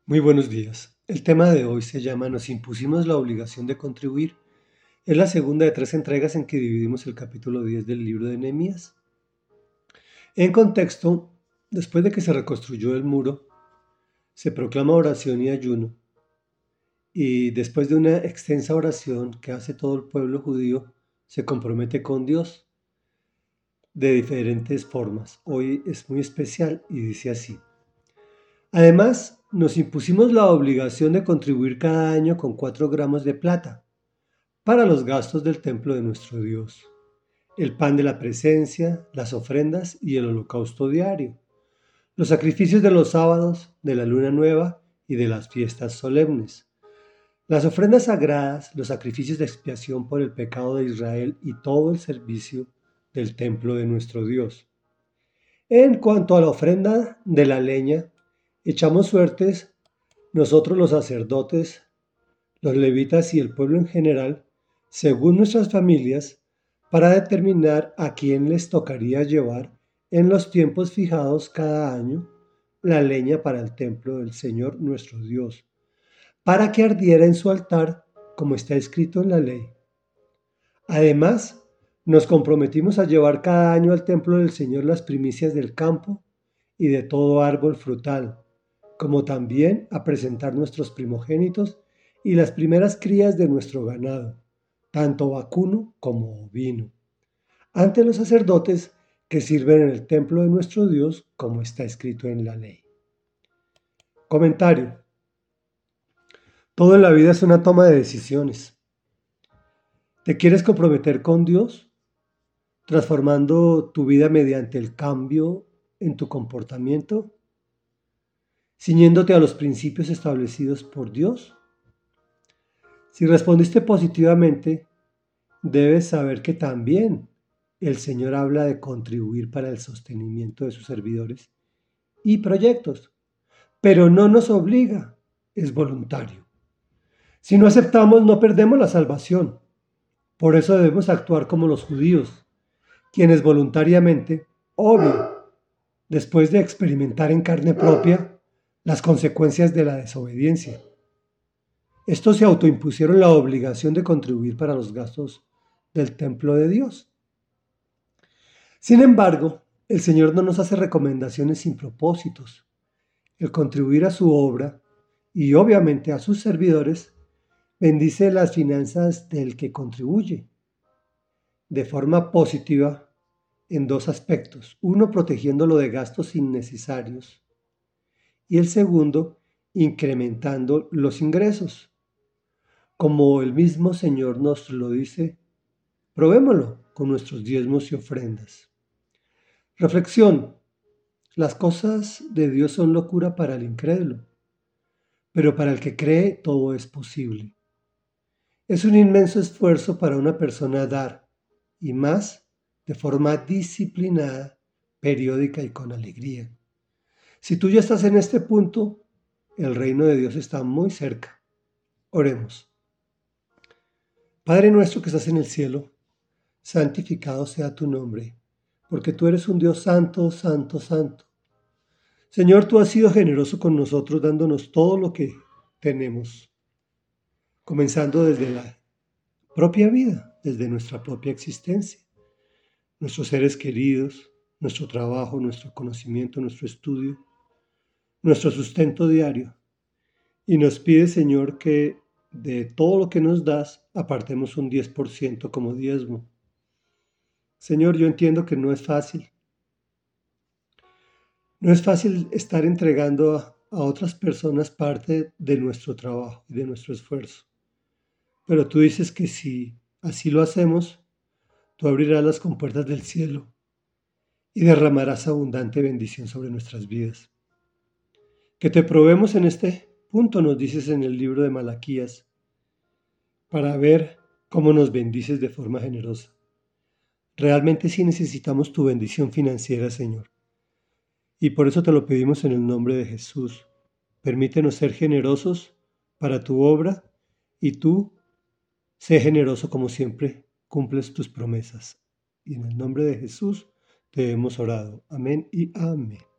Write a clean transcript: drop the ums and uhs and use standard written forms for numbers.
Muy buenos días. El tema de hoy se llama Nos impusimos la obligación de contribuir. Es la segunda de tres entregas en que dividimos el capítulo 10 del libro de Nehemías. En contexto, después de que se reconstruyó el muro, se proclama oración y ayuno. Y después de una extensa oración que hace todo el pueblo judío, se compromete con Dios de diferentes formas. Hoy es muy especial y dice así. Además, nos impusimos la obligación de contribuir cada año con 4 gramos de plata para los gastos del templo de nuestro Dios, el pan de la presencia, las ofrendas y el holocausto diario, los sacrificios de los sábados, de la luna nueva y de las fiestas solemnes, las ofrendas sagradas, los sacrificios de expiación por el pecado de Israel y todo el servicio del templo de nuestro Dios. En cuanto a la ofrenda de la leña, echamos suertes nosotros los sacerdotes, los levitas y el pueblo en general, según nuestras familias, para determinar a quién les tocaría llevar en los tiempos fijados cada año la leña para el templo del Señor nuestro Dios, para que ardiera en su altar, como está escrito en la ley. Además, nos comprometimos a llevar cada año al templo del Señor las primicias del campo y de todo árbol frutal, como también a presentar nuestros primogénitos y las primeras crías de nuestro ganado, tanto vacuno como ovino, ante los sacerdotes que sirven en el templo de nuestro Dios, como está escrito en la ley. Comentario. Todo en la vida es una toma de decisiones. ¿Te quieres comprometer con Dios, transformando tu vida mediante el cambio en tu comportamiento, ciñéndote a los principios establecidos por Dios? Si respondiste positivamente, debes saber que también el Señor habla de contribuir para el sostenimiento de sus servidores y proyectos, pero no nos obliga, es voluntario. Si no aceptamos, no perdemos la salvación. Por eso debemos actuar como los judíos, quienes voluntariamente, obvio, después de experimentar en carne propia las consecuencias de la desobediencia, estos se autoimpusieron la obligación de contribuir para los gastos del templo de Dios. Sin embargo, el Señor no nos hace recomendaciones sin propósitos. El contribuir a su obra y obviamente a sus servidores bendice las finanzas del que contribuye de forma positiva en dos aspectos. Uno, protegiéndolo de gastos innecesarios y el segundo, incrementando los ingresos. Como el mismo Señor nos lo dice, probémoslo con nuestros diezmos y ofrendas. Reflexión. Las cosas de Dios son locura para el incrédulo, pero para el que cree todo es posible. Es un inmenso esfuerzo para una persona dar, y más de forma disciplinada, periódica y con alegría. Si tú ya estás en este punto, el reino de Dios está muy cerca. Oremos. Padre nuestro que estás en el cielo, santificado sea tu nombre, porque tú eres un Dios santo, santo, santo. Señor, tú has sido generoso con nosotros dándonos todo lo que tenemos, comenzando desde la propia vida, desde nuestra propia existencia, nuestros seres queridos, nuestro trabajo, nuestro conocimiento, nuestro estudio, nuestro sustento diario. Y nos pide, Señor, que de todo lo que nos das, apartemos un 10% como diezmo. Señor, yo entiendo que no es fácil. No es fácil estar entregando a otras personas parte de nuestro trabajo y de nuestro esfuerzo. Pero tú dices que si así lo hacemos, tú abrirás las compuertas del cielo y derramarás abundante bendición sobre nuestras vidas. Que te probemos en este punto, nos dices en el libro de Malaquías, para ver cómo nos bendices de forma generosa. Realmente sí necesitamos tu bendición financiera, Señor. Y por eso te lo pedimos en el nombre de Jesús. Permítenos ser generosos para tu obra y tú, sé generoso como siempre, cumples tus promesas. Y en el nombre de Jesús te hemos orado. Amén y amén.